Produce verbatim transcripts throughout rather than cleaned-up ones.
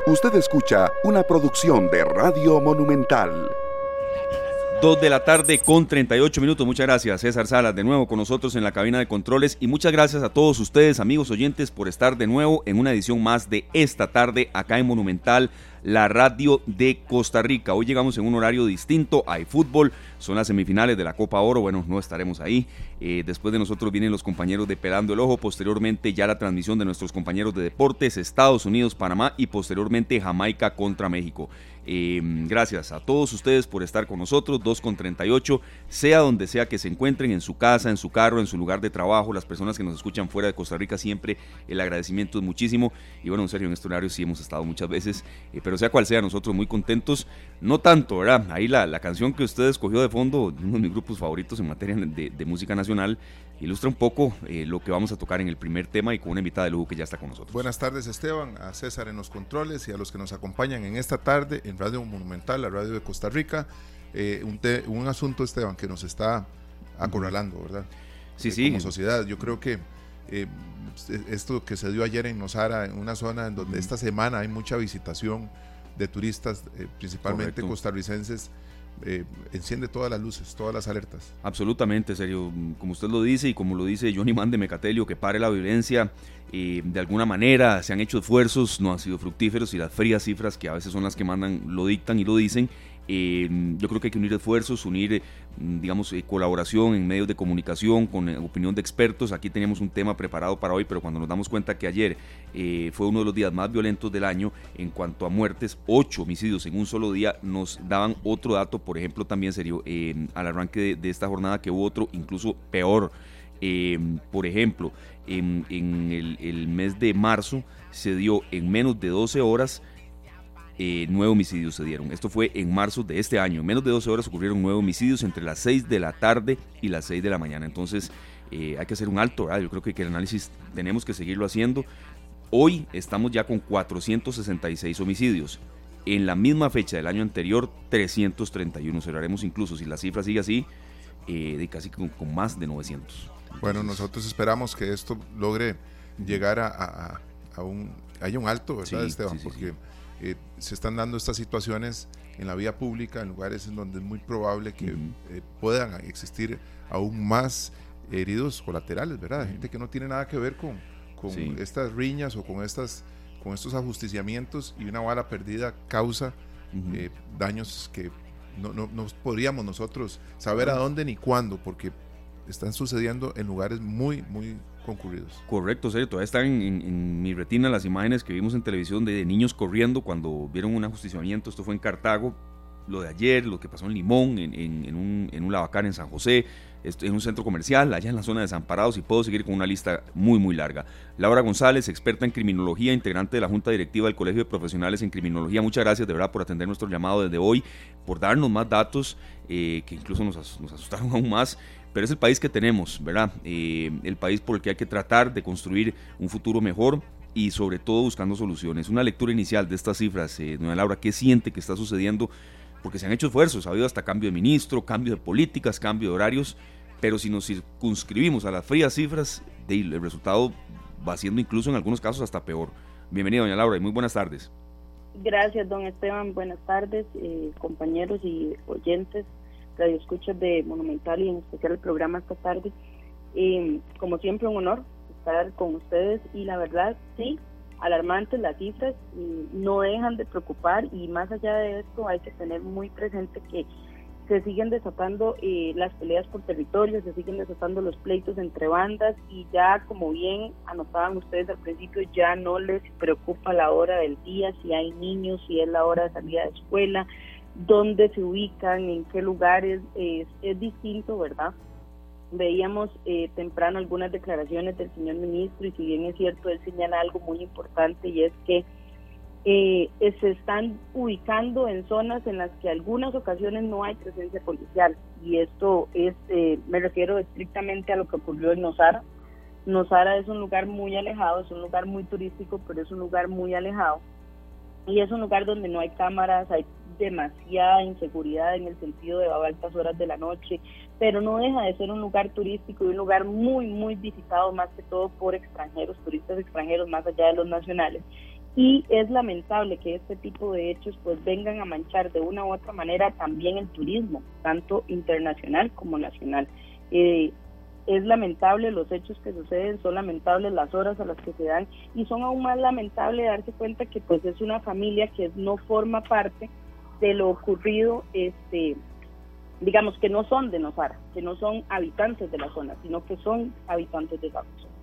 Usted escucha una producción de Radio Monumental. Dos de la tarde con treinta y ocho minutos. Muchas gracias, César Salas, de nuevo con nosotros en la cabina de controles. Y muchas gracias a todos ustedes, amigos oyentes, por estar de nuevo en una edición más de esta tarde acá en Monumental, la radio de Costa Rica. Hoy llegamos en un horario distinto, hay fútbol, son las semifinales de la Copa Oro, bueno, no estaremos ahí. Eh, después de nosotros vienen los compañeros de Pelando el Ojo, posteriormente ya la transmisión de nuestros compañeros de deportes, Estados Unidos, Panamá y posteriormente Jamaica contra México. Eh, gracias a todos ustedes por estar con nosotros, dos con treinta y ocho, sea donde sea que se encuentren, en su casa, en su carro, en su lugar de trabajo, las personas que nos escuchan fuera de Costa Rica, siempre el agradecimiento es muchísimo. Y bueno, en serio, en este horario sí hemos estado muchas veces, eh, pero sea cual sea, nosotros muy contentos, no tanto, ¿verdad? Ahí la, la canción que usted escogió de fondo, uno de mis grupos favoritos en materia de, de música nacional, ilustra un poco eh, lo que vamos a tocar en el primer tema y con una invitada de lujo que ya está con nosotros. Buenas tardes, Esteban, a César en los controles y a los que nos acompañan en esta tarde en Radio Monumental, la radio de Costa Rica. Eh, un, te, un asunto, Esteban, que nos está acorralando, ¿verdad? Sí, eh, sí. Como sociedad, yo creo que eh, esto que se dio ayer en Nosara, en una zona en donde uh-huh. esta semana hay mucha visitación de turistas, eh, principalmente Correcto. costarricenses, Eh, enciende todas las luces, todas las alertas. Absolutamente, serio, como usted lo dice y como lo dice Johnny Man de Mecatelio, que pare la violencia, eh, de alguna manera se han hecho esfuerzos, no han sido fructíferos y las frías cifras que a veces son las que mandan, lo dictan y lo dicen. Eh, yo creo que hay que unir esfuerzos, unir eh, digamos eh, colaboración en medios de comunicación con eh, opinión de expertos. Aquí teníamos un tema preparado para hoy, pero cuando nos damos cuenta que ayer eh, fue uno de los días más violentos del año en cuanto a muertes, ocho homicidios en un solo día, nos daban otro dato, por ejemplo, también serio, eh, al arranque de, de esta jornada que hubo otro incluso peor. Eh, por ejemplo, en, en el, el mes de marzo se dio en menos de doce horas Eh, nueve homicidios se dieron. Esto fue en marzo de este año. En menos de doce horas ocurrieron nueve homicidios entre las seis de la tarde y las seis de la mañana. Entonces eh, hay que hacer un alto, ¿verdad? Yo creo que, que el análisis tenemos que seguirlo haciendo. Hoy estamos ya con cuatrocientos sesenta y seis homicidios. En la misma fecha del año anterior, trescientos treinta y uno. Cerraremos incluso, si la cifra sigue así, eh, de casi con, con más de novecientos. Entonces, bueno, nosotros esperamos que esto logre llegar a, a, a un... Haya un alto, ¿verdad, sí, Esteban? Sí, sí, porque... Sí. Eh, se están dando estas situaciones en la vía pública, en lugares en donde es muy probable que uh-huh. eh, puedan existir aún más heridos colaterales, ¿verdad? Uh-huh. Gente que no tiene nada que ver con, con sí. estas riñas o con, estas, con estos ajusticiamientos, y una bala perdida causa uh-huh. eh, daños que no, no, no podríamos nosotros saber uh-huh. a dónde ni cuándo, porque están sucediendo en lugares muy, muy concurridos. Correcto, serio, todavía están en, en, en mi retina las imágenes que vimos en televisión de, de niños corriendo cuando vieron un ajusticiamiento. Esto fue en Cartago, lo de ayer, lo que pasó en Limón, en, en, en, un, en un lavacar en San José, en un centro comercial, allá en la zona de Desamparados, y puedo seguir con una lista muy, muy larga. Laura González, experta en criminología, integrante de la Junta Directiva del Colegio de Profesionales en Criminología. Muchas gracias de verdad por atender nuestro llamado desde hoy, por darnos más datos eh, que incluso nos, nos asustaron aún más. Pero es el país que tenemos, ¿verdad? Eh, el país por el que hay que tratar de construir un futuro mejor y sobre todo buscando soluciones. Una lectura inicial de estas cifras, eh, doña Laura, ¿qué siente que está sucediendo? Porque se han hecho esfuerzos, ha habido hasta cambio de ministro, cambio de políticas, cambio de horarios, pero si nos circunscribimos a las frías cifras, de, el resultado va siendo incluso en algunos casos hasta peor. Bienvenida, doña Laura, y muy buenas tardes. Gracias, don Esteban, buenas tardes, eh, compañeros y oyentes, radio escuchas de Monumental y en especial el programa esta tarde. Eh, como siempre, un honor estar con ustedes, y la verdad, sí, alarmantes las cifras, eh, no dejan de preocupar, y más allá de esto hay que tener muy presente que se siguen desatando eh, las peleas por territorio, se siguen desatando los pleitos entre bandas, y ya, como bien anotaban ustedes al principio, ya no les preocupa la hora del día, si hay niños, si es la hora de salida de escuela, dónde se ubican, en qué lugares, eh, es distinto, ¿verdad? Veíamos eh, temprano algunas declaraciones del señor ministro, y si bien es cierto, él señala algo muy importante, y es que eh, se están ubicando en zonas en las que algunas ocasiones no hay presencia policial, y esto es, eh, me refiero estrictamente a lo que ocurrió en Nosara. Nosara es un lugar muy alejado, es un lugar muy turístico, pero es un lugar muy alejado, y es un lugar donde no hay cámaras, hay demasiada inseguridad en el sentido de altas horas de la noche, pero no deja de ser un lugar turístico y un lugar muy, muy visitado, más que todo por extranjeros, turistas extranjeros, más allá de los nacionales. y es lamentable que este tipo de hechos pues vengan a manchar de una u otra manera también el turismo, tanto internacional como nacional. Eh, es lamentable los hechos que suceden, son lamentables las horas a las que se dan, y son aún más lamentable darse cuenta que pues es una familia que no forma parte de lo ocurrido, este digamos que no son de Nosara, que no son habitantes de la zona, sino que son habitantes de esa zona.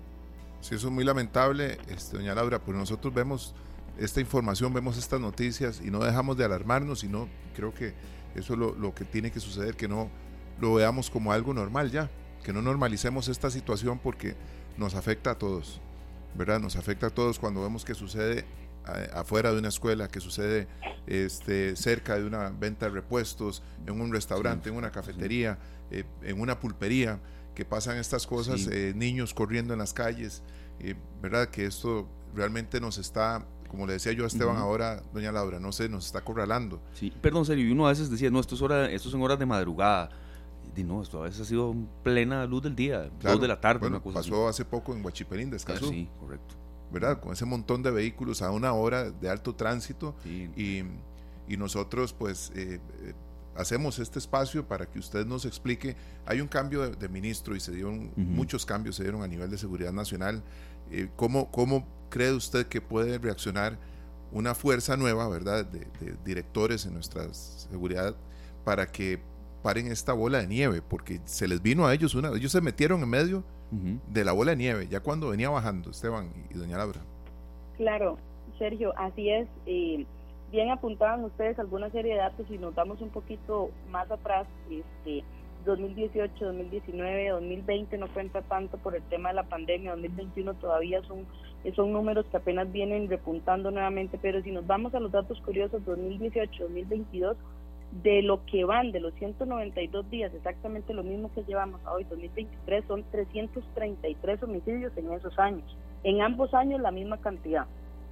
Sí, eso es muy lamentable, este, doña Laura, pero nosotros vemos esta información, vemos estas noticias y no dejamos de alarmarnos, sino creo que eso es lo, lo que tiene que suceder, que no lo veamos como algo normal ya, que no normalicemos esta situación porque nos afecta a todos, ¿verdad? Nos afecta a todos cuando vemos que sucede afuera de una escuela, que sucede este, cerca de una venta de repuestos, en un restaurante, sí, en una cafetería, sí. eh, en una pulpería, que pasan estas cosas, sí. eh, niños corriendo en las calles, eh, ¿verdad? Que esto realmente nos está, como le decía yo a Esteban, uh-huh. ahora, doña Laura, no sé, nos está acorralando. Sí, perdón, serio, y uno a veces decía, no, esto, es hora, esto son horas de madrugada. Y no, esto a veces ha sido en plena luz del día, claro, dos de la tarde. Bueno, una cosa pasó así. Hace poco en Huachipelín de Escazú. Sí, correcto. ¿Verdad? Con ese montón de vehículos a una hora de alto tránsito, sí. y, y nosotros pues eh, eh, hacemos este espacio para que usted nos explique. Hay un cambio de, de ministro y se dieron uh-huh. muchos cambios, se dieron a nivel de seguridad nacional. Eh, ¿cómo, ¿Cómo cree usted que puede reaccionar una fuerza nueva, ¿verdad?, de, de directores en nuestra seguridad para que paren esta bola de nieve? Porque se les vino a ellos una, ellos se metieron en medio uh-huh. de la bola de nieve, ya cuando venía bajando, Esteban y, y doña Laura. Claro, Sergio, así es. Eh, bien apuntaban ustedes alguna serie de datos, y nos damos un poquito más atrás, este dos mil dieciocho, dos mil diecinueve, dos mil veinte no cuenta tanto por el tema de la pandemia, dos mil veintiuno todavía son, son números que apenas vienen repuntando nuevamente, pero si nos vamos a los datos curiosos, dos mil dieciocho, dos mil veintidós, de lo que van, de los ciento noventa y dos días, exactamente lo mismo que llevamos a hoy, dos mil veintitrés, son trescientos treinta y tres homicidios en esos años, en ambos años la misma cantidad.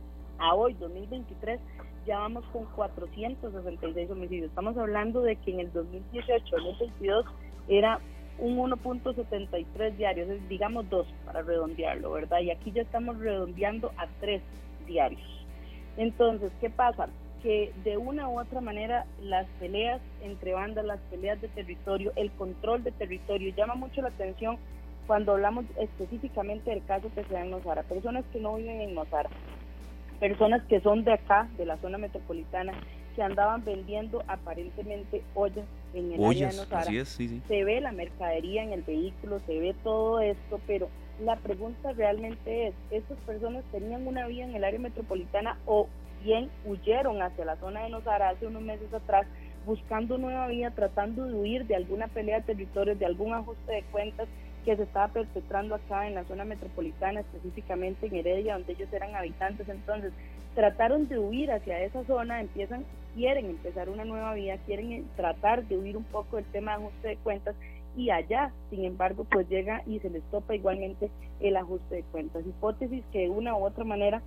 A hoy, dos mil veintitrés, ya vamos con cuatrocientos sesenta y seis homicidios. Estamos hablando de que en el dos mil dieciocho, dos mil veintidós era un uno punto setenta y tres diarios, es, digamos dos para redondearlo, ¿verdad? Y aquí ya estamos redondeando a tres diarios. Entonces, ¿qué pasa? Que de una u otra manera las peleas entre bandas, las peleas de territorio, el control de territorio, llama mucho la atención cuando hablamos específicamente del caso que se da en Nosara. Personas que no viven en Nosara, personas que son de acá, de la zona metropolitana, que andaban vendiendo aparentemente ollas en el ollas, área de Nosara. Así es, sí, sí. Se ve la mercadería en el vehículo, se ve todo esto, pero la pregunta realmente es, ¿estas personas tenían una vida en el área metropolitana o bien huyeron hacia la zona de Nosara hace unos meses atrás, buscando nueva vida, tratando de huir de alguna pelea de territorios, de algún ajuste de cuentas que se estaba perpetrando acá en la zona metropolitana, específicamente en Heredia, donde ellos eran habitantes? Entonces trataron de huir hacia esa zona, empiezan, quieren empezar una nueva vida, quieren tratar de huir un poco del tema de ajuste de cuentas, y allá, sin embargo, pues llega y se les topa igualmente el ajuste de cuentas. Hipótesis que de una u otra manera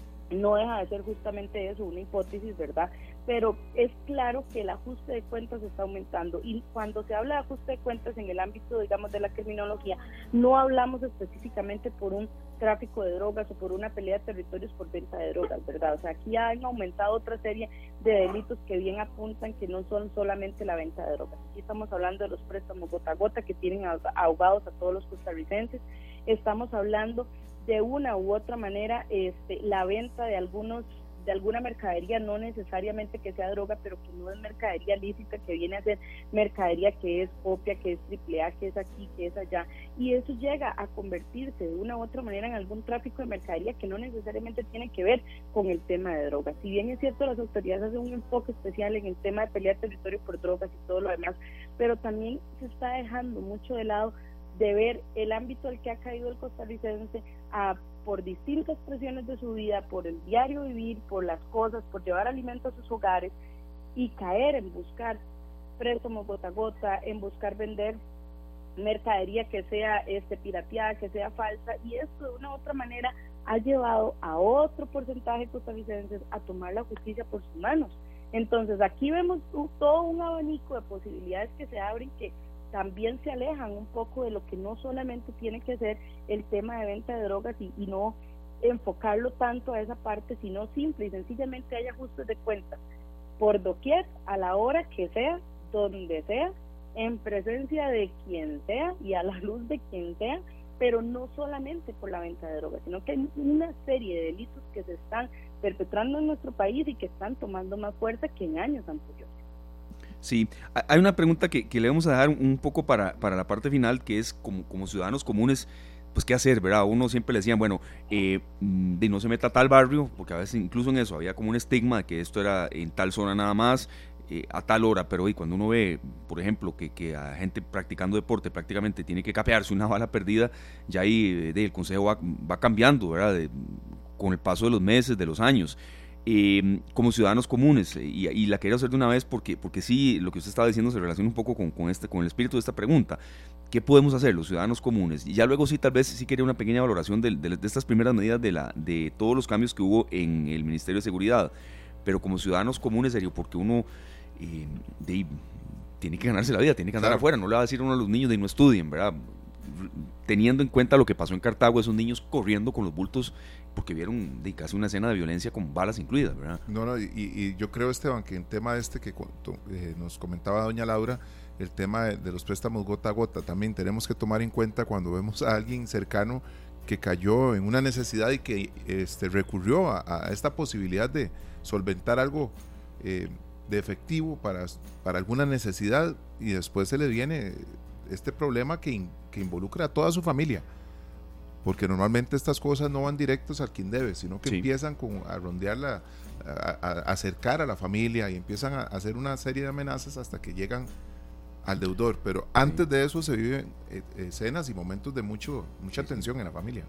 no deja de ser justamente eso, una hipótesis, ¿verdad? Pero es claro que el ajuste de cuentas está aumentando, y cuando se habla de ajuste de cuentas en el ámbito, digamos, de la criminología, no hablamos específicamente por un tráfico de drogas o por una pelea de territorios por venta de drogas, ¿verdad? O sea, aquí han aumentado otra serie de delitos que bien apuntan que no son solamente la venta de drogas. Aquí estamos hablando de los préstamos gota a gota que tienen ahogados a todos los costarricenses, estamos hablando de una u otra manera este, la venta de algunos de alguna mercadería, no necesariamente que sea droga, pero que no es mercadería lícita, que viene a ser mercadería que es copia, que es triple A, que es aquí, que es allá, y eso llega a convertirse de una u otra manera en algún tráfico de mercadería que no necesariamente tiene que ver con el tema de drogas. Si bien es cierto, las autoridades hacen un enfoque especial en el tema de pelea de territorio por drogas y todo lo demás, pero también se está dejando mucho de lado de ver el ámbito al que ha caído el costarricense a, por distintas presiones de su vida, por el diario vivir, por las cosas, por llevar alimentos a sus hogares, y caer en buscar préstamos gota a gota, en buscar vender mercadería que sea este pirateada, que sea falsa, y esto de una u otra manera ha llevado a otro porcentaje de costarricenses a tomar la justicia por sus manos. Entonces aquí vemos un, todo un abanico de posibilidades que se abren, que también se alejan un poco de lo que no solamente tiene que ser el tema de venta de drogas y, y no enfocarlo tanto a esa parte, sino simple y sencillamente hay ajustes de cuentas por doquier, a la hora que sea, donde sea, en presencia de quien sea y a la luz de quien sea, pero no solamente por la venta de drogas, sino que hay una serie de delitos que se están perpetrando en nuestro país y que están tomando más fuerza que en años anteriores. Sí, hay una pregunta que, que le vamos a dejar un poco para, para la parte final, que es como, como ciudadanos comunes, pues qué hacer, ¿verdad? Uno siempre le decían, bueno, eh, de no se meta a tal barrio, porque a veces incluso en eso había como un estigma de que esto era en tal zona nada más, eh, a tal hora, pero hoy cuando uno ve, por ejemplo, que, que a gente practicando deporte prácticamente tiene que capearse una bala perdida, ya ahí de, el consejo va, va cambiando, ¿verdad? De, con el paso de los meses, de los años. Eh, como ciudadanos comunes, eh, y, y la quiero hacer de una vez porque, porque sí, lo que usted estaba diciendo se relaciona un poco con, con, este, con el espíritu de esta pregunta. ¿Qué podemos hacer los ciudadanos comunes? Y ya luego sí, tal vez sí quería una pequeña valoración de, de, de estas primeras medidas de, la, de todos los cambios que hubo en el Ministerio de Seguridad, pero como ciudadanos comunes, serio, porque uno eh, de, tiene que ganarse la vida, tiene que andar claro. afuera, no le va a decir uno a los niños de no estudien, ¿verdad? Teniendo en cuenta lo que pasó en Cartago, esos niños corriendo con los bultos porque vieron de casi una escena de violencia con balas incluidas, ¿verdad? No, no, y, y yo creo, Esteban, que en tema este que eh, nos comentaba doña Laura, el tema de, de los préstamos gota a gota, también tenemos que tomar en cuenta cuando vemos a alguien cercano que cayó en una necesidad y que este, recurrió a, a esta posibilidad de solventar algo eh, de efectivo para, para alguna necesidad, y después se le viene este problema que, que involucra a toda su familia, porque normalmente estas cosas no van directos al quien debe, sino que sí. empiezan con, a rondearla, a, a, a acercar a la familia y empiezan a hacer una serie de amenazas hasta que llegan al deudor, pero antes de eso se viven eh, escenas y momentos de mucho mucha sí, tensión sí. en la familia.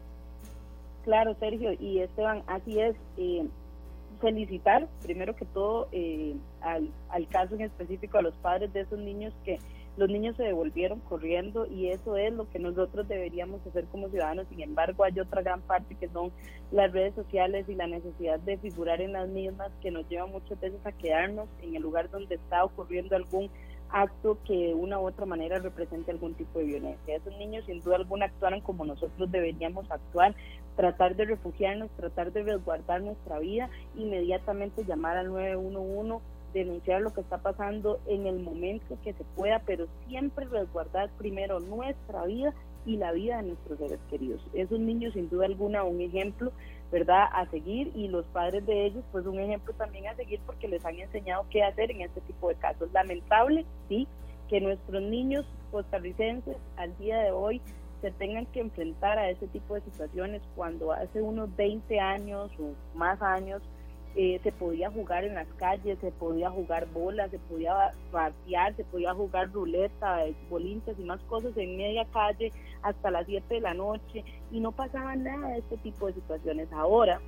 Claro, Sergio y Esteban, así es. Eh, felicitar primero que todo eh, al, al caso en específico a los padres de esos niños, que los niños se devolvieron corriendo, y eso es lo que nosotros deberíamos hacer como ciudadanos. Sin embargo, hay otra gran parte que son las redes sociales y la necesidad de figurar en las mismas, que nos lleva muchas veces a quedarnos en el lugar donde está ocurriendo algún acto que de una u otra manera represente algún tipo de violencia. Esos niños sin duda alguna actuaron como nosotros deberíamos actuar, tratar de refugiarnos, tratar de resguardar nuestra vida, inmediatamente llamar al nueve uno uno, denunciar lo que está pasando en el momento que se pueda, pero siempre resguardar primero nuestra vida y la vida de nuestros seres queridos. Esos niños sin duda alguna un ejemplo, ¿verdad?, a seguir, y los padres de ellos pues un ejemplo también a seguir, porque les han enseñado qué hacer en este tipo de casos. Lamentable, sí, que nuestros niños costarricenses al día de hoy se tengan que enfrentar a ese tipo de situaciones, cuando hace unos veinte años o más años Eh, se podía jugar en las calles, se podía jugar bolas, se podía patear, se podía jugar ruleta, bolinches y más cosas en media calle hasta las siete de la noche, y no pasaba nada de este tipo de situaciones. Ahora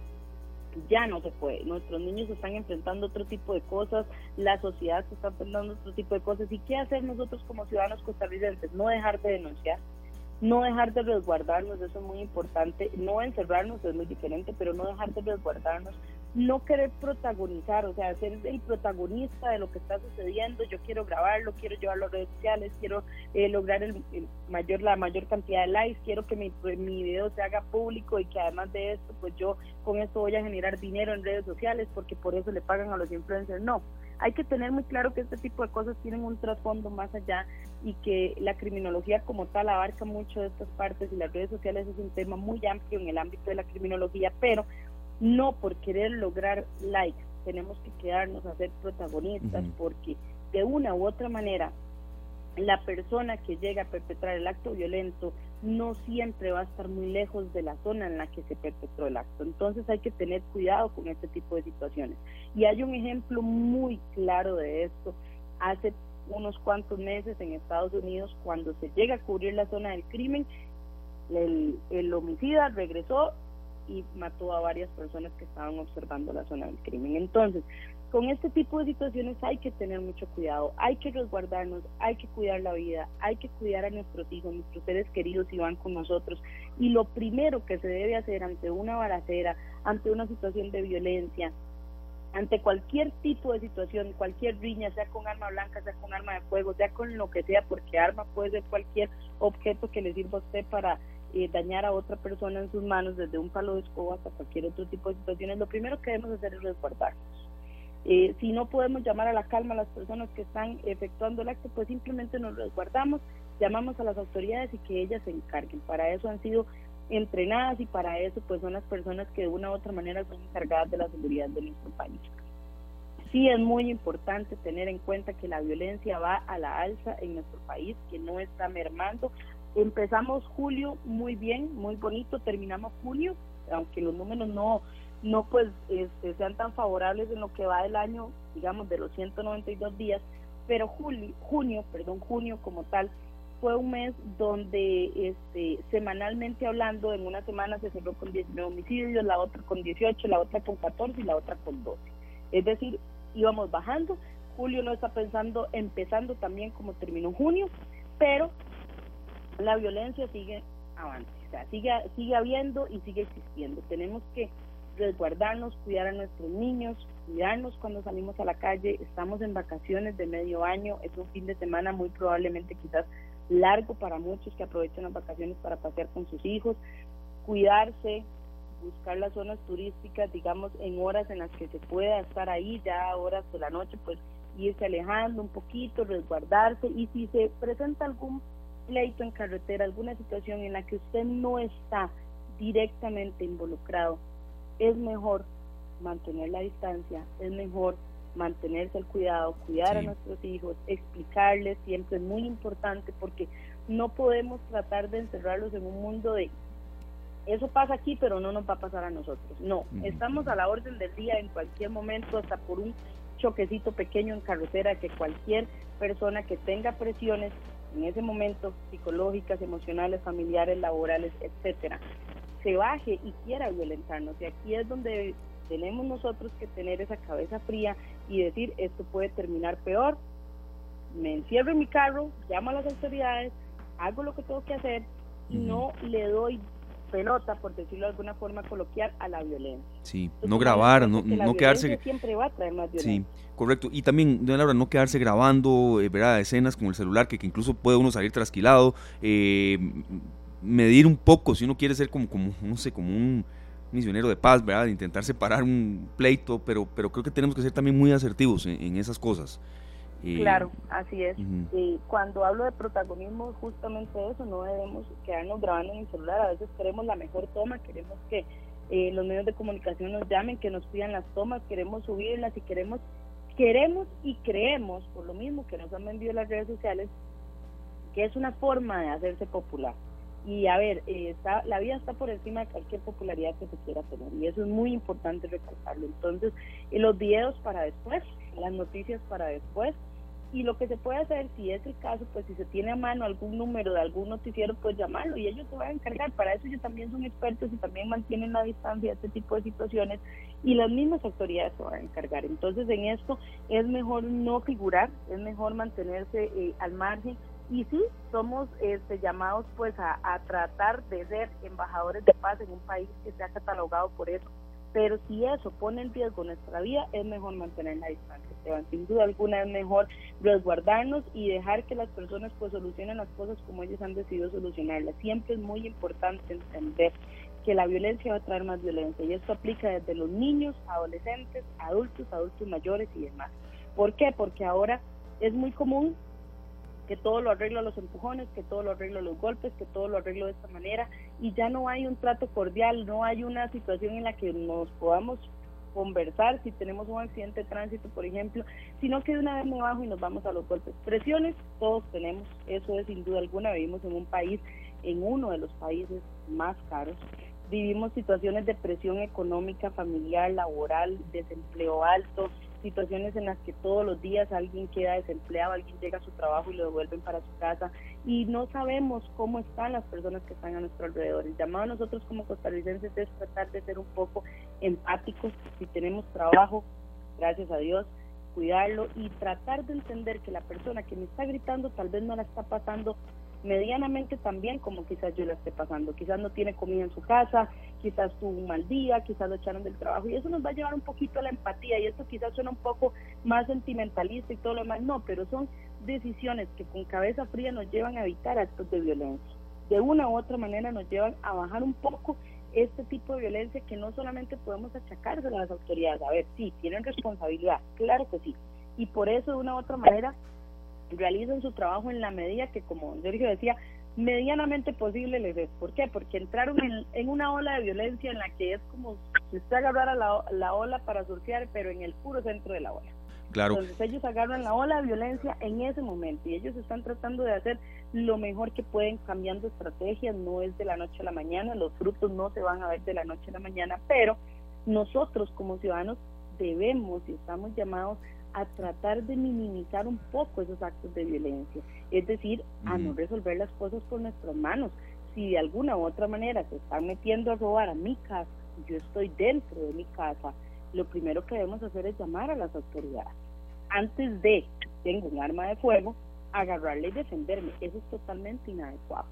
ya no se puede, nuestros niños se están enfrentando a otro tipo de cosas, la sociedad se está enfrentando a otro tipo de cosas, y ¿qué hacer nosotros como ciudadanos costarricenses? No dejar de denunciar, no dejar de resguardarnos, eso es muy importante, no encerrarnos, es muy diferente, pero no dejar de resguardarnos, no querer protagonizar, o sea, ser el protagonista de lo que está sucediendo. Yo quiero grabarlo, quiero llevarlo a redes sociales, quiero eh, lograr el, el mayor la mayor cantidad de likes, quiero que mi, mi video se haga público, y que además de esto, pues yo con esto voy a generar dinero en redes sociales, porque por eso le pagan a los influencers. No, hay que tener muy claro que este tipo de cosas tienen un trasfondo más allá, y que la criminología como tal abarca mucho de estas partes, y las redes sociales es un tema muy amplio en el ámbito de la criminología, pero no por querer lograr likes tenemos que quedarnos a ser protagonistas, uh-huh. porque de una u otra manera la persona que llega a perpetrar el acto violento no siempre va a estar muy lejos de la zona en la que se perpetró el acto. Entonces hay que tener cuidado con este tipo de situaciones, y hay un ejemplo muy claro de esto hace unos cuantos meses en Estados Unidos, cuando se llega a cubrir la zona del crimen, el, el homicida regresó y mató a varias personas que estaban observando la zona del crimen. Entonces, con este tipo de situaciones hay que tener mucho cuidado, hay que resguardarnos, hay que cuidar la vida, hay que cuidar a nuestros hijos, nuestros seres queridos si van con nosotros, y lo primero que se debe hacer ante una balacera, ante una situación de violencia, ante cualquier tipo de situación, cualquier riña, sea con arma blanca, sea con arma de fuego, sea con lo que sea, porque arma puede ser cualquier objeto que le sirva a usted para eh, dañar a otra persona en sus manos, desde un palo de escoba hasta cualquier otro tipo de situaciones, lo primero que debemos hacer es resguardarnos. Eh, si no podemos llamar a la calma a las personas que están efectuando el acto, pues simplemente nos resguardamos, llamamos a las autoridades y que ellas se encarguen. Para eso han sido entrenadas y para eso pues son las personas que de una u otra manera son encargadas de la seguridad de nuestro país. Sí es muy importante tener en cuenta que la violencia va a la alza en nuestro país, que no está mermando. Empezamos julio muy bien, muy bonito, terminamos junio, aunque los números no no pues este, sean tan favorables en lo que va del año, digamos de los ciento noventa y dos días, pero julio, junio, perdón, junio como tal, fue un mes donde este, semanalmente hablando, en una semana se cerró con diecinueve homicidios, la otra con dieciocho, la otra con catorce y la otra con doce. Es decir, íbamos bajando. Julio no está pensando, empezando también como terminó junio, pero la violencia sigue avante, o sea, sigue, sigue habiendo y sigue existiendo. Tenemos que resguardarnos, cuidar a nuestros niños, cuidarnos cuando salimos a la calle. Estamos en vacaciones de medio año, es un fin de semana muy probablemente quizás largo para muchos que aprovechan las vacaciones para pasear con sus hijos. Cuidarse, buscar las zonas turísticas, digamos, en horas en las que se pueda estar ahí, ya a horas de la noche, pues irse alejando un poquito, resguardarse, y si se presenta algún pleito en carretera, alguna situación en la que usted no está directamente involucrado, es mejor mantener la distancia, es mejor mantenerse al cuidado, cuidar sí. a nuestros hijos, explicarles, siempre es muy importante, porque no podemos tratar de encerrarlos en un mundo de eso pasa aquí pero no nos va a pasar a nosotros. No, uh-huh. estamos a la orden del día en cualquier momento, hasta por un choquecito pequeño en carretera, que cualquier persona que tenga presiones en ese momento, psicológicas, emocionales, familiares, laborales, etcétera, se baje y quiera violentarnos. Y aquí es donde tenemos nosotros que tener esa cabeza fría y decir, esto puede terminar peor, me encierro en mi carro, llamo a las autoridades, hago lo que tengo que hacer y uh-huh. no le doy pelota, por decirlo de alguna forma coloquial, a la violencia. Sí, Entonces, no grabar, no, que no quedarse... siempre va a traer más violencia. Sí, correcto. Y también, doña Laura, no quedarse grabando, eh, ¿verdad? escenas con el celular, que, que incluso puede uno salir trasquilado, eh, medir un poco, si uno quiere ser como, como no sé, como un misionero de paz, ¿verdad? Intentar separar un pleito, pero, pero creo que tenemos que ser también muy asertivos en, en esas cosas. Eh, claro, así es. Uh-huh. eh, cuando hablo de protagonismo, justamente eso, no debemos quedarnos grabando en el celular. A veces queremos la mejor toma, queremos que eh, los medios de comunicación nos llamen, que nos pidan las tomas, queremos subirlas y queremos, queremos y creemos, por lo mismo que nos han vendido las redes sociales, que es una forma de hacerse popular. Y a ver, eh, está, la vida está por encima de cualquier popularidad que se quiera tener, y eso es muy importante recalcarlo. Entonces, eh, los videos para después, las noticias para después, y lo que se puede hacer, si es el caso, pues si se tiene a mano algún número de algún noticiero, pues llamarlo y ellos se van a encargar. Para eso ellos también son expertos y también mantienen la distancia de este tipo de situaciones, y las mismas autoridades se van a encargar. Entonces, en esto es mejor no figurar, es mejor mantenerse eh, al margen. Y sí, somos este, llamados pues a, a tratar de ser embajadores de paz en un país que se ha catalogado por eso, pero si eso pone en riesgo nuestra vida, es mejor mantener la distancia, Esteban. Sin duda alguna es mejor resguardarnos y dejar que las personas pues solucionen las cosas como ellos han decidido solucionarlas. Siempre es muy importante entender que la violencia va a traer más violencia, y esto aplica desde los niños, adolescentes, adultos, adultos mayores y demás. ¿Por qué? Porque ahora es muy común que todo lo arreglo a los empujones, que todo lo arreglo a los golpes, que todo lo arreglo de esta manera, y ya no hay un trato cordial, no hay una situación en la que nos podamos conversar si tenemos un accidente de tránsito, por ejemplo, sino que de una vez me bajo y nos vamos a los golpes. Presiones todos tenemos, eso es sin duda alguna. Vivimos en un país, en uno de los países más caros, vivimos situaciones de presión económica, familiar, laboral, desempleo alto, situaciones en las que todos los días alguien queda desempleado, alguien llega a su trabajo y lo devuelven para su casa, y no sabemos cómo están las personas que están a nuestro alrededor. El llamado a nosotros como costarricenses es tratar de ser un poco empáticos. Si tenemos trabajo, gracias a Dios, cuidarlo y tratar de entender que la persona que me está gritando tal vez no la está pasando medianamente tan bien como quizás yo la esté pasando. Quizás no tiene comida en su casa, quizás tuvo un mal día, quizás lo echaron del trabajo, y eso nos va a llevar un poquito a la empatía, y esto quizás suena un poco más sentimentalista y todo lo demás, no, pero son decisiones que con cabeza fría nos llevan a evitar actos de violencia. de una u otra manera nos llevan a bajar un poco este tipo de violencia que no solamente podemos achacárselo a las autoridades. A ver, sí, tienen responsabilidad, claro que sí, y por eso de una u otra manera realizan su trabajo en la medida que, como Sergio decía, medianamente posible les es. ¿Por qué? Porque entraron en, en una ola de violencia en la que es como si usted agarrara la, la ola para surfear, pero en el puro centro de la ola. Claro. Entonces ellos agarran la ola de violencia en ese momento y ellos están tratando de hacer lo mejor que pueden, cambiando estrategias. No es de la noche a la mañana, los frutos no se van a ver de la noche a la mañana, pero nosotros como ciudadanos debemos y estamos llamados a tratar de minimizar un poco esos actos de violencia, es decir, a no resolver las cosas por nuestras manos. Si de alguna u otra manera se están metiendo a robar a mi casa, yo estoy dentro de mi casa, lo primero que debemos hacer es llamar a las autoridades. Antes de, tengo un arma de fuego, agarrarle y defenderme. Eso es totalmente inadecuado.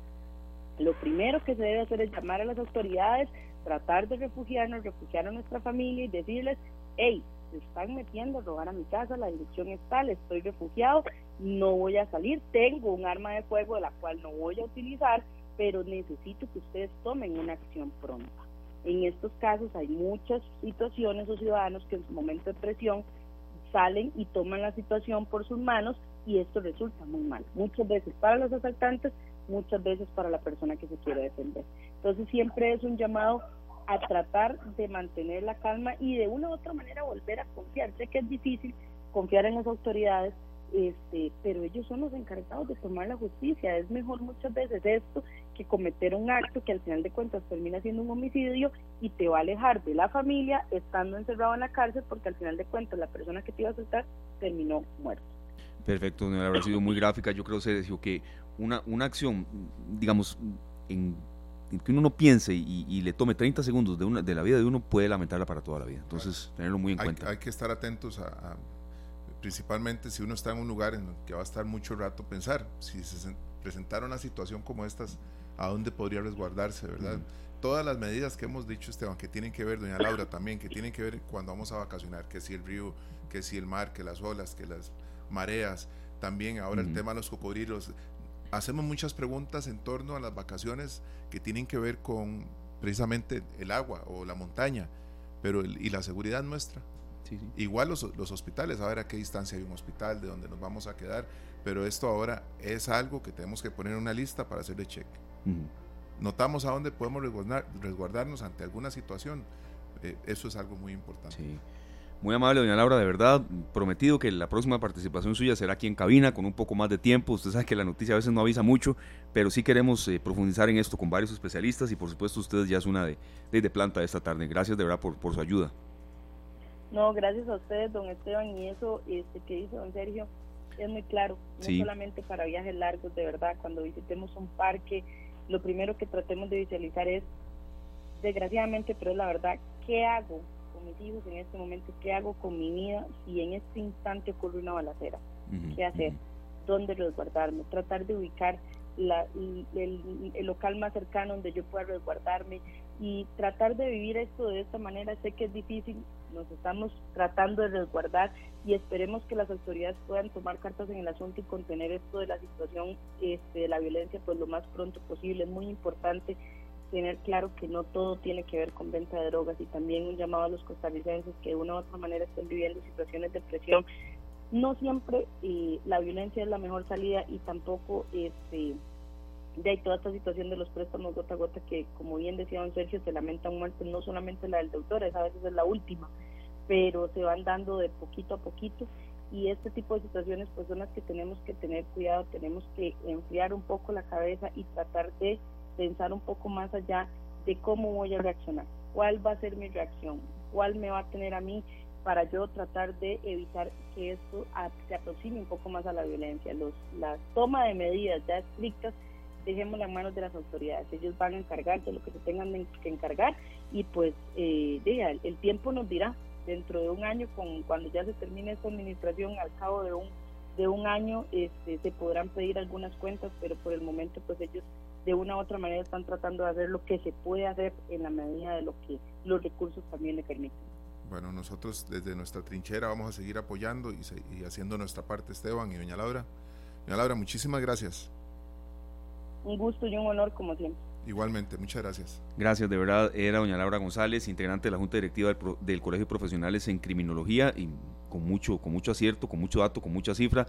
Lo primero que se debe hacer es llamar a las autoridades, tratar de refugiarnos, refugiar a nuestra familia y decirles, hey, se están metiendo a robar a mi casa, la dirección es tal, estoy refugiado, no voy a salir, tengo un arma de fuego de la cual no voy a utilizar, pero necesito que ustedes tomen una acción pronta. En estos casos hay muchas situaciones o ciudadanos que en su momento de presión salen y toman la situación por sus manos y esto resulta muy mal, muchas veces para los asaltantes, muchas veces para la persona que se quiere defender. Entonces siempre es un llamado a tratar de mantener la calma y de una u otra manera volver a confiar. Sé que es difícil confiar en las autoridades, este, pero ellos son los encargados de tomar la justicia. Es mejor muchas veces esto que cometer un acto que al final de cuentas termina siendo un homicidio y te va a alejar de la familia estando encerrado en la cárcel, porque al final de cuentas la persona que te iba a asaltar terminó muerta. Perfecto, doña Laura, ha sido muy gráfica. Yo creo, Sergio, que una, una acción, digamos, en que uno no piense y, y le tome treinta segundos de, una, de la vida de uno, puede lamentarla para toda la vida. Entonces, tenerlo muy en hay, cuenta. Hay que estar atentos a, a, principalmente si uno está en un lugar en el que va a estar mucho rato, pensar, si se presentara una situación como estas, ¿a dónde podría resguardarse, verdad? Uh-huh. Todas las medidas que hemos dicho, Esteban, que tienen que ver, doña Laura también, que tienen que ver cuando vamos a vacacionar, que si el río, que si el mar, que las olas, que las mareas, también ahora uh-huh. el tema de los cocodrilos. Hacemos muchas preguntas en torno a las vacaciones que tienen que ver con precisamente el agua o la montaña, pero el, y la seguridad nuestra. Sí, sí. Igual los, los hospitales, a ver a qué distancia hay un hospital, de donde nos vamos a quedar, pero esto ahora es algo que tenemos que poner en una lista para hacerle check. Uh-huh. Notamos a dónde podemos resguardar, resguardarnos ante alguna situación, eh, eso es algo muy importante. Sí. Muy amable, doña Laura, de verdad, prometido que la próxima participación suya será aquí en cabina con un poco más de tiempo. Usted sabe que la noticia a veces no avisa mucho, pero sí queremos eh, profundizar en esto con varios especialistas y por supuesto ustedes ya es una de, de, de planta de esta tarde. Gracias de verdad por, por su ayuda. No, gracias a ustedes, don Esteban, y eso este, que dice don Sergio es muy claro, no sí. solamente para viajes largos, de verdad, cuando visitemos un parque, lo primero que tratemos de visualizar es, desgraciadamente, pero es la verdad, ¿qué hago con mis hijos en este momento? ¿Qué hago con mi vida si en este instante ocurre una balacera? Uh-huh, ¿Qué hacer? Uh-huh. ¿Dónde resguardarme? Tratar de ubicar la, el, el, el local más cercano donde yo pueda resguardarme y tratar de vivir esto de esta manera. Sé que es difícil, nos estamos tratando de resguardar y esperemos que las autoridades puedan tomar cartas en el asunto y contener esto de la situación este, de la violencia pues lo más pronto posible. Es muy importante tener claro que no todo tiene que ver con venta de drogas y también un llamado a los costarricenses que de una u otra manera estén viviendo situaciones de presión. No siempre eh, la violencia es la mejor salida y tampoco este de ahí toda esta situación de los préstamos gota a gota que, como bien decía don Sergio, se lamentan muertes, no solamente la del doctor, esa a veces es la última, pero se van dando de poquito a poquito y este tipo de situaciones pues son las que tenemos que tener cuidado, tenemos que enfriar un poco la cabeza y tratar de pensar un poco más allá de cómo voy a reaccionar, cuál va a ser mi reacción, cuál me va a tener a mí para yo tratar de evitar que esto a, se aproxime un poco más a la violencia. Los, la toma de medidas ya estrictas, dejémosla en manos de las autoridades, ellos van a encargarse de lo que se tengan que encargar y pues eh, diga, el, el tiempo nos dirá, dentro de un año, con, cuando ya se termine esta administración, al cabo de un, de un año este, se podrán pedir algunas cuentas, pero por el momento pues ellos de una u otra manera están tratando de hacer lo que se puede hacer en la medida de lo que los recursos también le permiten. Bueno, nosotros desde nuestra trinchera vamos a seguir apoyando y, y haciendo nuestra parte, Esteban y doña Laura. Doña Laura, muchísimas gracias. un gusto y un honor como siempre. Igualmente, muchas gracias. Gracias, de verdad. Era doña Laura González, integrante de la Junta Directiva del, Pro, del Colegio de Profesionales en Criminología, y con mucho, con mucho acierto, con mucho dato, con mucha cifra.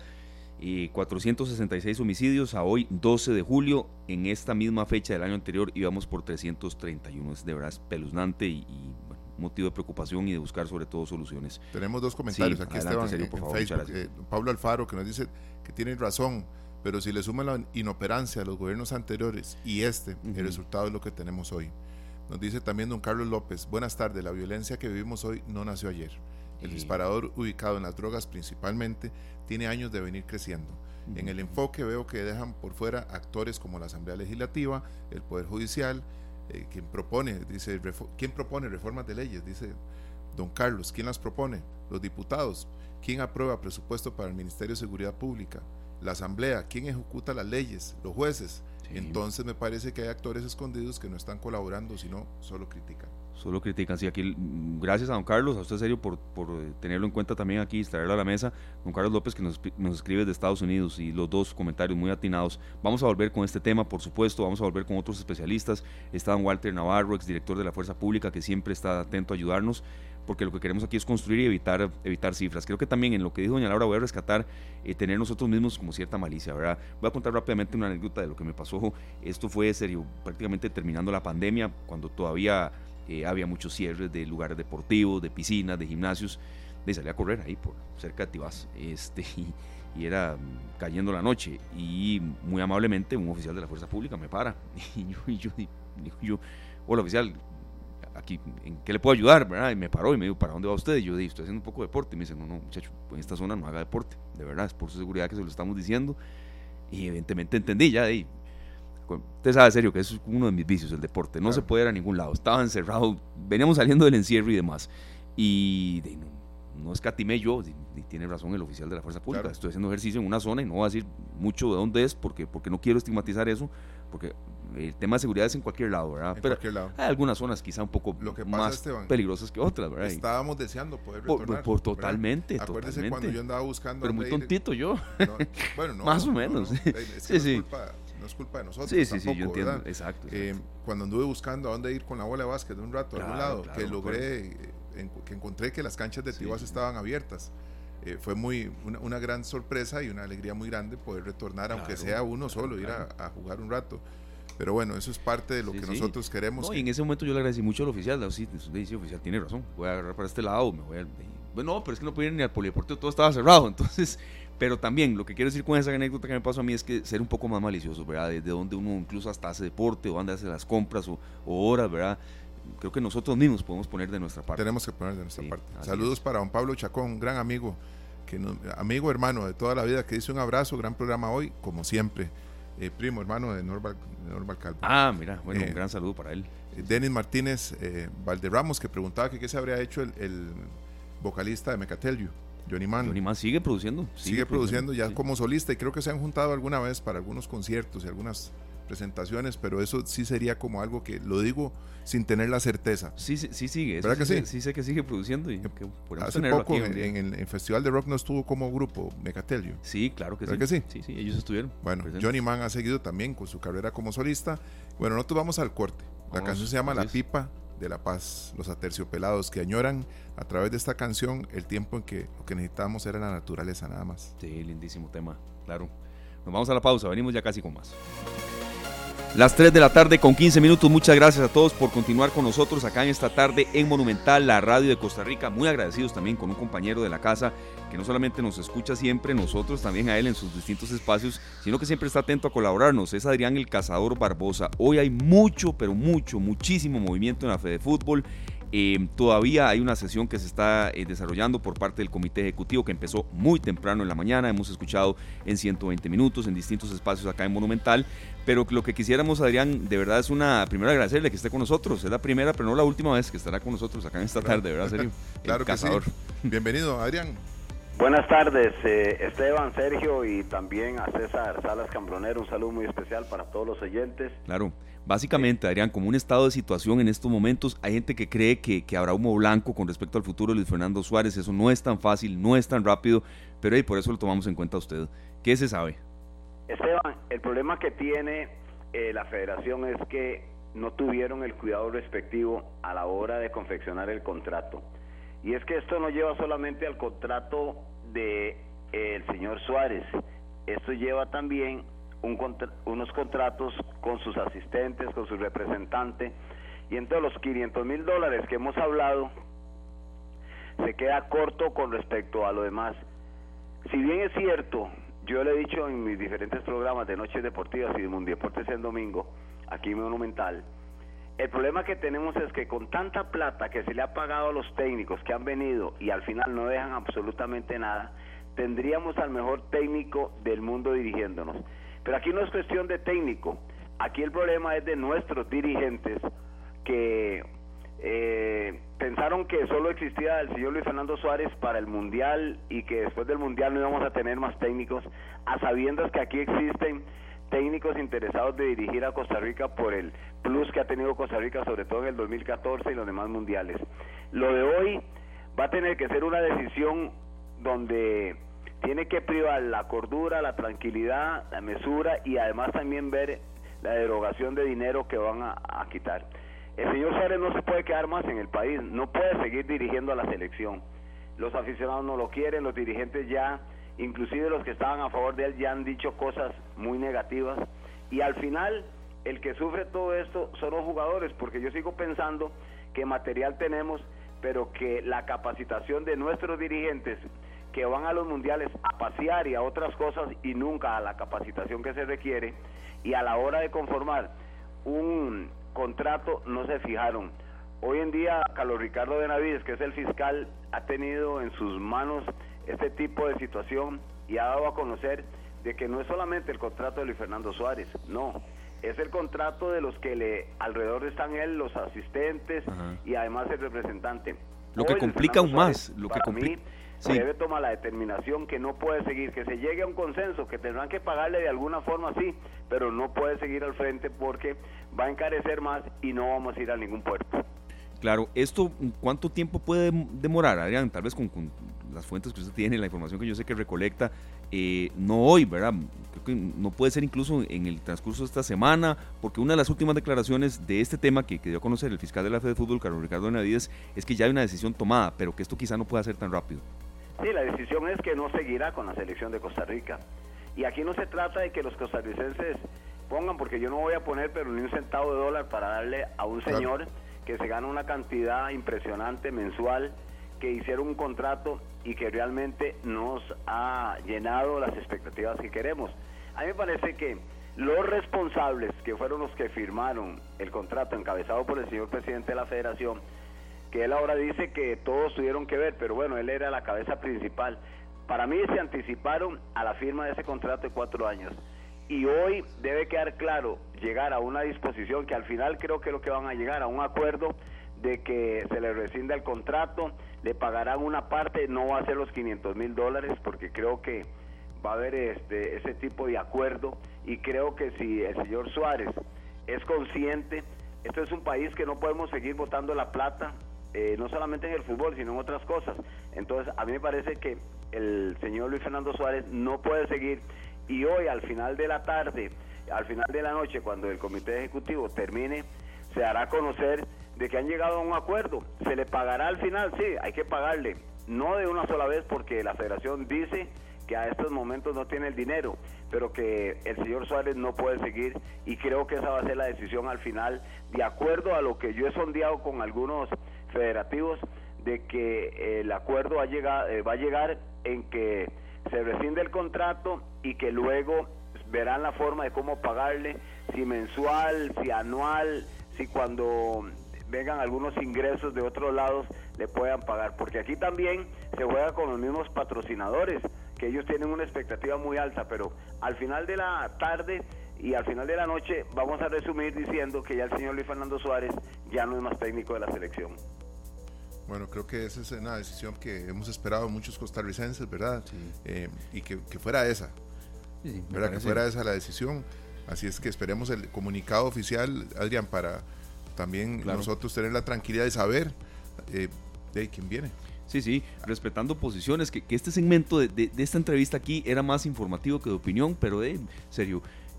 Y cuatrocientos sesenta y seis homicidios a hoy, doce de julio. En esta misma fecha del año anterior íbamos por trescientos treinta y uno. Es de verdad espeluznante y, y bueno, motivo de preocupación y de buscar sobre todo soluciones. Tenemos dos comentarios sí, aquí, adelante, Esteban, serio, en, por en favor, Facebook. Eh, Pablo Alfaro, que nos dice que tienen razón, pero si le suman la inoperancia a los gobiernos anteriores y este, uh-huh. el resultado es lo que tenemos hoy. Nos dice también don Carlos López, buenas tardes, la violencia que vivimos hoy no nació ayer. El sí. disparador ubicado en las drogas principalmente tiene años de venir creciendo. Uh-huh. En el enfoque veo que dejan por fuera actores como la Asamblea Legislativa, el Poder Judicial, eh, quien propone, dice, refo- ¿quién propone reformas de leyes? Dice don Carlos, ¿quién las propone? Los diputados. ¿Quién aprueba presupuesto para el Ministerio de Seguridad Pública? La Asamblea. ¿Quién ejecuta las leyes? Los jueces. Sí. Entonces me parece que hay actores escondidos que no están colaborando, sino solo critican. Solo critican, sí, aquí, gracias a don Carlos, a usted serio por, por tenerlo en cuenta también aquí, traerlo a la mesa, don Carlos López que nos, nos escribe de Estados Unidos, y los dos comentarios muy atinados. Vamos a volver con este tema, por supuesto, vamos a volver con otros especialistas. Está don Walter Navarro, exdirector de la Fuerza Pública, que siempre está atento a ayudarnos, porque lo que queremos aquí es construir y evitar, evitar cifras. Creo que también en lo que dijo doña Laura voy a rescatar eh, tener nosotros mismos como cierta malicia, ¿verdad? Voy a contar rápidamente una anécdota de lo que me pasó. Esto fue serio, prácticamente terminando la pandemia, cuando todavía eh, había muchos cierres de lugares deportivos, de piscinas, de gimnasios. De salí a correr ahí por cerca de Tibás, este, y, y era cayendo la noche, y muy amablemente un oficial de la Fuerza Pública me para y yo, y yo, y digo yo, hola oficial, aquí, ¿en qué le puedo ayudar? ¿Verdad? Y me paró y me dijo, ¿para dónde va usted? Y yo dije, estoy haciendo un poco de deporte. Y me dice, no, no, muchacho, en esta zona no haga deporte, de verdad, es por su seguridad que se lo estamos diciendo. Y evidentemente entendí ya, de, usted sabe, serio, que eso es uno de mis vicios, el deporte, no claro. se puede ir a ningún lado, estaba encerrado, veníamos saliendo del encierro y demás, y de, no, no escatimé yo, y, y tiene razón el oficial de la Fuerza Pública, claro. estoy haciendo ejercicio en una zona y no voy a decir mucho de dónde es, porque, porque no quiero estigmatizar eso, porque el tema de seguridad es en cualquier lado, ¿verdad? En Pero cualquier lado. Hay algunas zonas quizá un poco Lo que pasa, más Esteban, peligrosas que otras, ¿verdad? Estábamos deseando poder retornar. Por, por totalmente, ¿verdad? Acuérdese totalmente. cuando yo andaba buscando. Pero muy tontito ir, yo. No, bueno, no. Más no, o menos. No, no, es que sí, no, sí. Es culpa, no es culpa de nosotros. Sí, sí, tampoco, sí, yo entiendo. ¿verdad? Exacto. exacto. Eh, cuando anduve buscando a dónde ir con la bola de básquet de un rato, claro, a algún lado, claro, que logré, bueno. en, que encontré que las canchas de Tibás sí, estaban abiertas. Eh, fue muy una, una gran sorpresa y una alegría muy grande poder retornar, claro, aunque sea uno claro, solo, claro. ir a, a jugar un rato. Pero bueno, eso es parte de lo sí, que sí. nosotros queremos. No, que... y en ese momento yo le agradecí mucho al oficial. Sí, sí, oficial, tiene razón. Voy a agarrar para este lado. Me voy a... Bueno, no, pero es que no pude ir ni al polideportivo, todo estaba cerrado. Entonces, pero también lo que quiero decir con esa anécdota que me pasó a mí es que ser un poco más malicioso, ¿verdad? Desde donde uno incluso hasta hace deporte o anda a hacer las compras o, o horas, ¿verdad? Creo que nosotros mismos podemos poner de nuestra parte. Tenemos que poner de nuestra sí, parte. Saludos es. para don Pablo Chacón, gran amigo, que nos, amigo hermano de toda la vida, que dice un abrazo, gran programa hoy, como siempre. Eh, primo hermano de Norval, de Norval Calvo. Ah, mira, bueno, eh, un gran saludo para él. Eh, Denis Martínez eh, Valderramos, que preguntaba que qué se habría hecho el, el vocalista de Mecatelio, Johnny Mann. Johnny Mann sigue produciendo. Sigue, sigue produciendo, produciendo ya sí. como solista, y creo que se han juntado alguna vez para algunos conciertos y algunas presentaciones, pero eso sí sería como algo que lo digo sin tener la certeza. Sí, sí, sí sigue. Eso ¿verdad sí, que sí? Sí sé que sigue produciendo. Y que hace poco en, en, en el Festival de Rock no estuvo como grupo Mecatelio. Sí, claro que sí. que sí. Sí, sí, ellos estuvieron. Bueno, presentes. Johnny Mann ha seguido también con su carrera como solista. Bueno, nosotros vamos al corte. La vamos, canción se llama La Pipa de la Paz, los aterciopelados que añoran a través de esta canción el tiempo en que lo que necesitábamos era la naturaleza nada más. Sí, lindísimo tema, claro. Nos vamos a la pausa, venimos ya casi con más. Las tres de la tarde con quince minutos, muchas gracias a todos por continuar con nosotros acá en esta tarde en Monumental, la radio de Costa Rica. Muy agradecidos también con un compañero de la casa que no solamente nos escucha siempre, nosotros también a él en sus distintos espacios, sino que siempre está atento a colaborarnos. Es Adrián el Cazador Barbosa. Hoy hay mucho, pero mucho, muchísimo movimiento en la Fede Fútbol. Eh, todavía hay una sesión que se está eh, desarrollando por parte del comité ejecutivo que empezó muy temprano en la mañana. Hemos escuchado en ciento veinte minutos en distintos espacios acá en Monumental, pero lo que quisiéramos, Adrián, de verdad es una, primero agradecerle que esté con nosotros, es la primera pero no la última vez que estará con nosotros acá en esta tarde, de verdad, serio. Claro que sí. Bienvenido, Adrián. Buenas tardes, eh, Esteban, Sergio y también a César Salas Cambronero, un saludo muy especial para todos los oyentes. Claro, básicamente, Adrián, como un estado de situación en estos momentos, hay gente que cree que, que habrá humo blanco con respecto al futuro de Luis Fernando Suárez. Eso no es tan fácil, no es tan rápido, pero hey, por eso lo tomamos en cuenta a usted. ¿Qué se sabe? Esteban, el problema que tiene eh, la federación es que no tuvieron el cuidado respectivo a la hora de confeccionar el contrato. Y es que esto no lleva solamente al contrato de eh, el señor Suárez, esto lleva también un contra unos contratos con sus asistentes, con su representante, y entre los quinientos mil dólares que hemos hablado, se queda corto con respecto a lo demás. Si bien es cierto, yo le he dicho en mis diferentes programas de Noches Deportivas y de Mundideportes en domingo, aquí en Monumental, el problema que tenemos es que con tanta plata que se le ha pagado a los técnicos que han venido y al final no dejan absolutamente nada, tendríamos al mejor técnico del mundo dirigiéndonos. Pero aquí no es cuestión de técnico, aquí el problema es de nuestros dirigentes que eh, pensaron que solo existía el señor Luis Fernando Suárez para el Mundial y que después del Mundial no íbamos a tener más técnicos, a sabiendas que aquí existen técnicos interesados de dirigir a Costa Rica por el plus que ha tenido Costa Rica, sobre todo en el dos mil catorce y los demás mundiales. Lo de hoy va a tener que ser una decisión donde tiene que privar la cordura, la tranquilidad, la mesura y además también ver la derogación de dinero que van a, a quitar. El señor Suárez no se puede quedar más en el país, no puede seguir dirigiendo a la selección. Los aficionados no lo quieren, los dirigentes ya, inclusive los que estaban a favor de él, ya han dicho cosas muy negativas, y al final el que sufre todo esto son los jugadores, porque yo sigo pensando que material tenemos, pero que la capacitación de nuestros dirigentes que van a los mundiales a pasear y a otras cosas y nunca a la capacitación que se requiere, y a la hora de conformar un contrato no se fijaron. Hoy en día Carlos Ricardo Benavides, que es el fiscal, ha tenido en sus manos este tipo de situación y ha dado a conocer de que no es solamente el contrato de Luis Fernando Suárez, no, es el contrato de los que le alrededor están él, los asistentes. Ajá. Y además el representante. Lo que Hoy, complica aún Suárez, más, lo que para complica. mí, Sí. debe tomar la determinación que no puede seguir, que se llegue a un consenso, que tendrán que pagarle de alguna forma, sí, pero no puede seguir al frente porque va a encarecer más y no vamos a ir a ningún puerto. Claro, ¿esto cuánto tiempo puede demorar, Adrián? Tal vez con, con las fuentes que usted tiene, la información que yo sé que recolecta, eh, no hoy, ¿verdad? Creo que no puede ser incluso en el transcurso de esta semana, porque una de las últimas declaraciones de este tema que, que dio a conocer el fiscal de la Fede Fútbol, Carlos Ricardo Benavides, es que ya hay una decisión tomada, pero que esto quizá no pueda ser tan rápido. Sí, la decisión es que no seguirá con la selección de Costa Rica. Y aquí no se trata de que los costarricenses pongan, porque yo no voy a poner pero ni un centavo de dólar para darle a un señor claro. que se gana una cantidad impresionante mensual, que hicieron un contrato y que realmente nos ha llenado las expectativas que queremos. A mí me parece que los responsables, que fueron los que firmaron el contrato encabezado por el señor presidente de la federación, que él ahora dice que todos tuvieron que ver, pero bueno, él era la cabeza principal. Para mí se anticiparon a la firma de ese contrato de cuatro años. Y hoy debe quedar claro, llegar a una disposición que al final creo que es lo que van a llegar, a un acuerdo de que se le rescinda el contrato, le pagarán una parte, no va a ser los quinientos mil dólares, porque creo que va a haber este, ese tipo de acuerdo, y creo que si el señor Suárez es consciente, esto es un país que no podemos seguir botando la plata, Eh, no solamente en el fútbol, sino en otras cosas. Entonces, a mí me parece que el señor Luis Fernando Suárez no puede seguir, y hoy al final de la tarde, al final de la noche, cuando el comité ejecutivo termine, se hará conocer de que han llegado a un acuerdo. Se le pagará al final, sí, hay que pagarle, no de una sola vez, porque la federación dice que a estos momentos no tiene el dinero, pero que el señor Suárez no puede seguir, y creo que esa va a ser la decisión al final, de acuerdo a lo que yo he sondeado con algunos federativos, de que el acuerdo va a llegar, eh, va a llegar en que se rescinde el contrato y que luego verán la forma de cómo pagarle, si mensual, si anual, si cuando vengan algunos ingresos de otros lados le puedan pagar, porque aquí también se juega con los mismos patrocinadores, que ellos tienen una expectativa muy alta, pero al final de la tarde y al final de la noche vamos a resumir diciendo que ya el señor Luis Fernando Suárez ya no es más técnico de la selección. Bueno, creo que esa es una decisión que hemos esperado muchos costarricenses, ¿verdad? Sí. Eh, y que, que fuera esa, sí, ¿verdad? Que fuera esa la decisión. Así es que esperemos el comunicado oficial, Adrián, para también claro. nosotros tener la tranquilidad de saber eh, de quién viene. Sí, sí, respetando posiciones, que, que este segmento de, de, de esta entrevista aquí era más informativo que de opinión, pero de serio.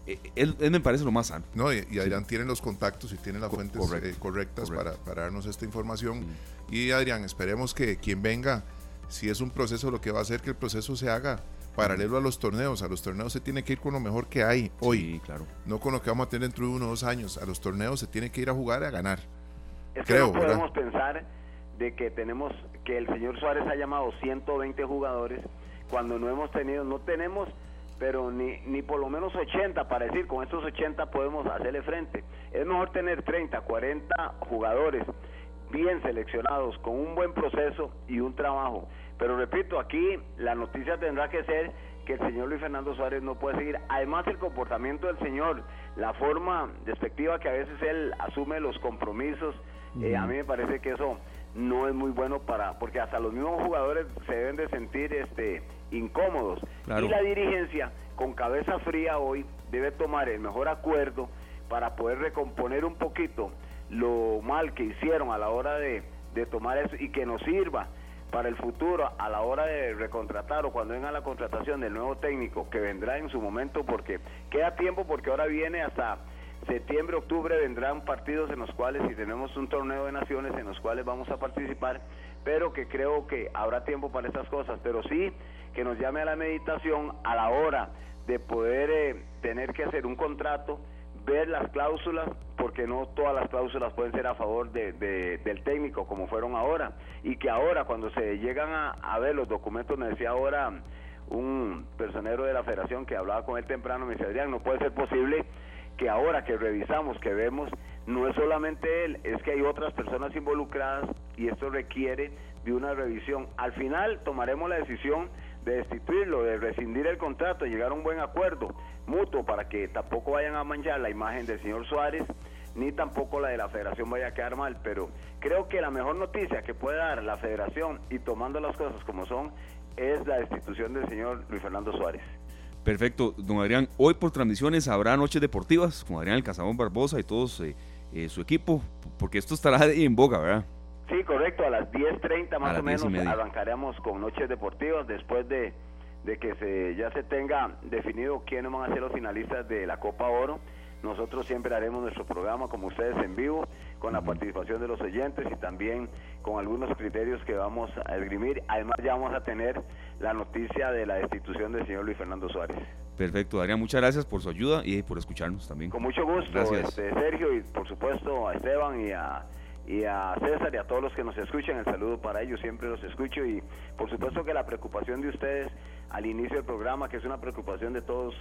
él, él me parece lo más sano. No, y, y Adrián sí. tiene los contactos y tiene las fuentes correcto, eh, correctas correcto. Para, para darnos esta información. Mm. Y Adrián, esperemos que quien venga, si es un proceso, lo que va a hacer que el proceso se haga paralelo a los torneos. A los torneos se tiene que ir con lo mejor que hay hoy. Sí, claro. No con lo que vamos a tener dentro de uno o dos años. A los torneos se tiene que ir a jugar y a ganar. Es que Creo, no podemos ¿verdad? pensar de que tenemos, que el señor Suárez ha llamado ciento veinte jugadores cuando no hemos tenido, no tenemos, pero ni, ni por lo menos ochenta para decir, con estos ochenta podemos hacerle frente. Es mejor tener treinta, cuarenta jugadores bien seleccionados, con un buen proceso y un trabajo. Pero repito, aquí la noticia tendrá que ser que el señor Luis Fernando Suárez no puede seguir. Además, el comportamiento del señor, la forma despectiva que a veces él asume los compromisos, uh-huh. eh, a mí me parece que eso no es muy bueno para, porque hasta los mismos jugadores se deben de sentir este incómodos. Claro. Y la dirigencia, con cabeza fría hoy, debe tomar el mejor acuerdo para poder recomponer un poquito lo mal que hicieron a la hora de, de tomar eso y que nos sirva para el futuro a la hora de recontratar o cuando venga la contratación del nuevo técnico que vendrá en su momento, porque queda tiempo, porque ahora viene hasta septiembre, octubre vendrán partidos en los cuales, si tenemos un torneo de naciones en los cuales vamos a participar, pero que creo que habrá tiempo para estas cosas, pero sí que nos llame a la meditación a la hora de poder eh, tener que hacer un contrato, ver las cláusulas, porque no todas las cláusulas pueden ser a favor de, de, del técnico como fueron ahora, y que ahora cuando se llegan a, a ver los documentos, me decía ahora un personero de la federación que hablaba con él temprano, me decía, Adrián, no puede ser posible que ahora que revisamos, que vemos, no es solamente él, es que hay otras personas involucradas y esto requiere de una revisión. Al final tomaremos la decisión de destituirlo, de rescindir el contrato, llegar a un buen acuerdo mutuo para que tampoco vayan a manchar la imagen del señor Suárez, ni tampoco la de la federación vaya a quedar mal, pero creo que la mejor noticia que puede dar la federación, y tomando las cosas como son, es la destitución del señor Luis Fernando Suárez. Perfecto, don Adrián. Hoy por transmisiones habrá noches deportivas con Adrián El Cazabón Barbosa y todos eh, eh, su equipo, porque esto estará en boga, ¿verdad? Sí, correcto, a las diez treinta más o menos arrancaremos con noches deportivas después de, de que se ya se tenga definido quiénes van a ser los finalistas de la Copa Oro. Nosotros siempre haremos nuestro programa como ustedes en vivo, con la participación de los oyentes y también con algunos criterios que vamos a esgrimir. Además ya vamos a tener la noticia de la destitución del señor Luis Fernando Suárez. Perfecto, Adrián, muchas gracias por su ayuda y por escucharnos también. Con mucho gusto, este, Sergio, y por supuesto a Esteban y a, y a César y a todos los que nos escuchan, el saludo para ellos, siempre los escucho, y por supuesto que la preocupación de ustedes al inicio del programa, que es una preocupación de todos,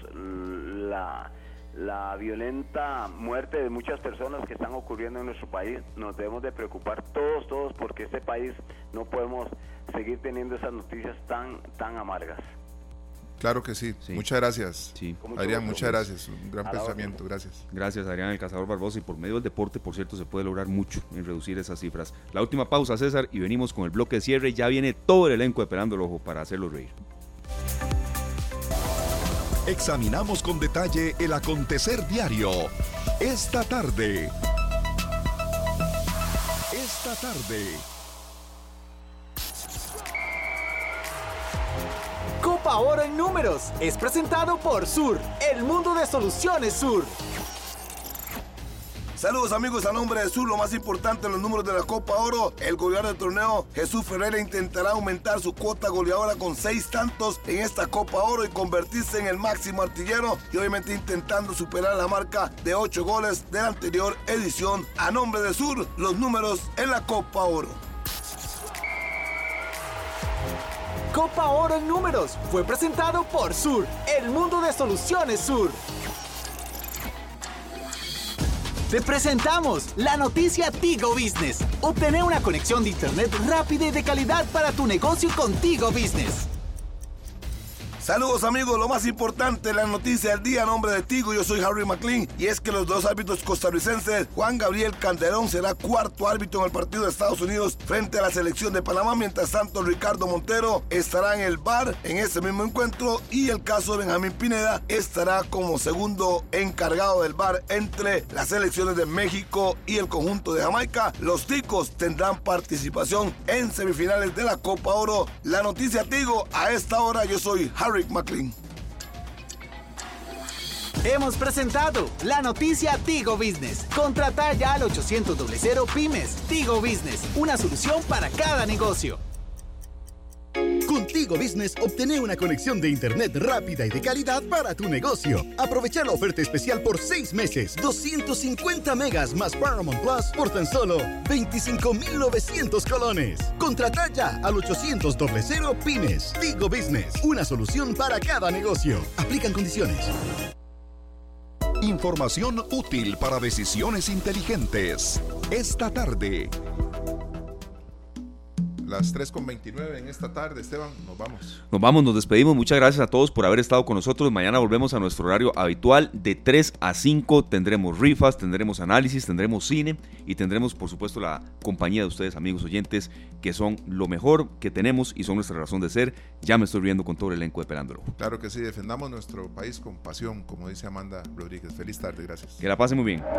la... la violenta muerte de muchas personas que están ocurriendo en nuestro país, nos debemos de preocupar todos, todos, porque este país no podemos seguir teniendo esas noticias tan, tan amargas. Claro que sí, sí. Muchas gracias, sí. Adrián, muchas gracias, un gran pensamiento, gracias. Gracias, Adrián El Cazador Barbosa, y por medio del deporte, por cierto, se puede lograr mucho en reducir esas cifras. La última pausa, César, y venimos con el bloque de cierre. Ya viene todo el elenco esperando el ojo para hacerlo reír. Examinamos con detalle el acontecer diario. Esta tarde. Esta tarde. Copa Oro en Números es presentado por Sur, el mundo de soluciones Sur. Saludos amigos, a nombre de Sur, lo más importante en los números de la Copa Oro, el goleador del torneo, Jesús Ferreira, intentará aumentar su cuota goleadora con seis tantos en esta Copa Oro y convertirse en el máximo artillero, y obviamente intentando superar la marca de ocho goles de la anterior edición. A nombre de Sur, los números en la Copa Oro. Copa Oro en Números fue presentado por Sur, el mundo de soluciones Sur. Te presentamos la noticia Tigo Business. Obtener una conexión de internet rápida y de calidad para tu negocio con Tigo Business. Saludos amigos, lo más importante, la noticia del día a nombre de Tigo. Yo soy Harry McLean, y es que los dos árbitros costarricenses, Juan Gabriel Calderón será cuarto árbitro en el partido de Estados Unidos frente a la selección de Panamá. Mientras tanto, Ricardo Montero estará en el V A R en ese mismo encuentro, y el caso de Benjamín Pineda estará como segundo encargado del V A R entre las selecciones de México y el conjunto de Jamaica. Los ticos tendrán participación en semifinales de la Copa Oro. La noticia Tigo a esta hora. Yo soy Harry McLean. Hemos presentado la noticia Tigo Business. Contrata ya al ochocientos cero Pymes. Tigo Business, una solución para cada negocio. Con Tigo Business, obtené una conexión de internet rápida y de calidad para tu negocio. Aprovecha la oferta especial por seis meses. doscientos cincuenta megas más Paramount Plus por tan solo veinticinco mil novecientos colones. Contrata ya al ochocientos cero Pymes. Tigo Business, una solución para cada negocio. Aplican condiciones. Información útil para decisiones inteligentes. Esta tarde. Las tres con veintinueve en esta tarde, Esteban, nos vamos. Nos vamos, nos despedimos. Muchas gracias a todos por haber estado con nosotros. Mañana volvemos a nuestro horario habitual. De tres a cinco tendremos rifas, tendremos análisis, tendremos cine y tendremos, por supuesto, la compañía de ustedes, amigos oyentes, que son lo mejor que tenemos y son nuestra razón de ser. Ya me estoy riendo con todo el elenco de Pelándolo. Claro que sí, defendamos nuestro país con pasión, como dice Amanda Rodríguez. Feliz tarde, gracias. Que la pasen muy bien.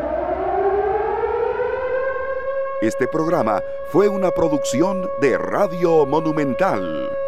Este programa fue una producción de Radio Monumental.